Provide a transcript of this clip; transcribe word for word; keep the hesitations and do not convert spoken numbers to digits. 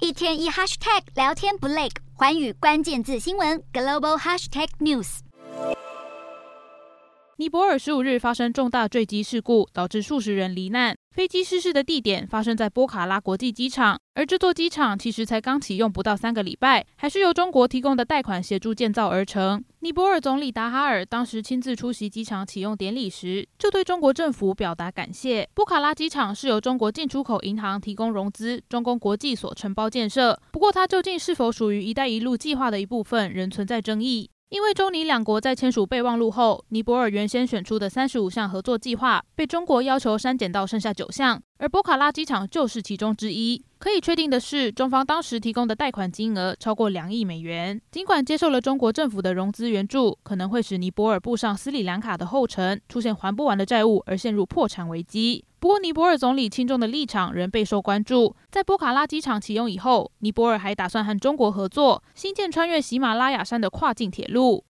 一天一 hashtag 聊天不累，寰宇关键字新闻 global hashtag news。 尼泊尔十五日发生重大坠机事故，导致数十人罹难。飞机失事的地点发生在波卡拉国际机场，而这座机场其实才刚启用不到三个礼拜，还是由中国提供的贷款协助建造而成。尼泊尔总理达哈尔当时亲自出席机场启用典礼时，就对中国政府表达感谢。波卡拉机场是由中国进出口银行提供融资，中公国际所承包建设。不过，它究竟是否属于“一带一路”计划的一部分，仍存在争议。因为中尼两国在签署备忘录后，尼泊尔原先选出的三十五项合作计划被中国要求删减到剩下九项，而波卡拉机场就是其中之一。可以确定的是，中方当时提供的贷款金额超过两亿美元。尽管接受了中国政府的融资援助，可能会使尼泊尔步上斯里兰卡的后尘，出现还不完的债务而陷入破产危机。不过，尼泊尔总理亲中的立场仍备受关注。在波卡拉机场启用以后，尼泊尔还打算和中国合作，新建穿越喜马拉雅山的跨境铁路。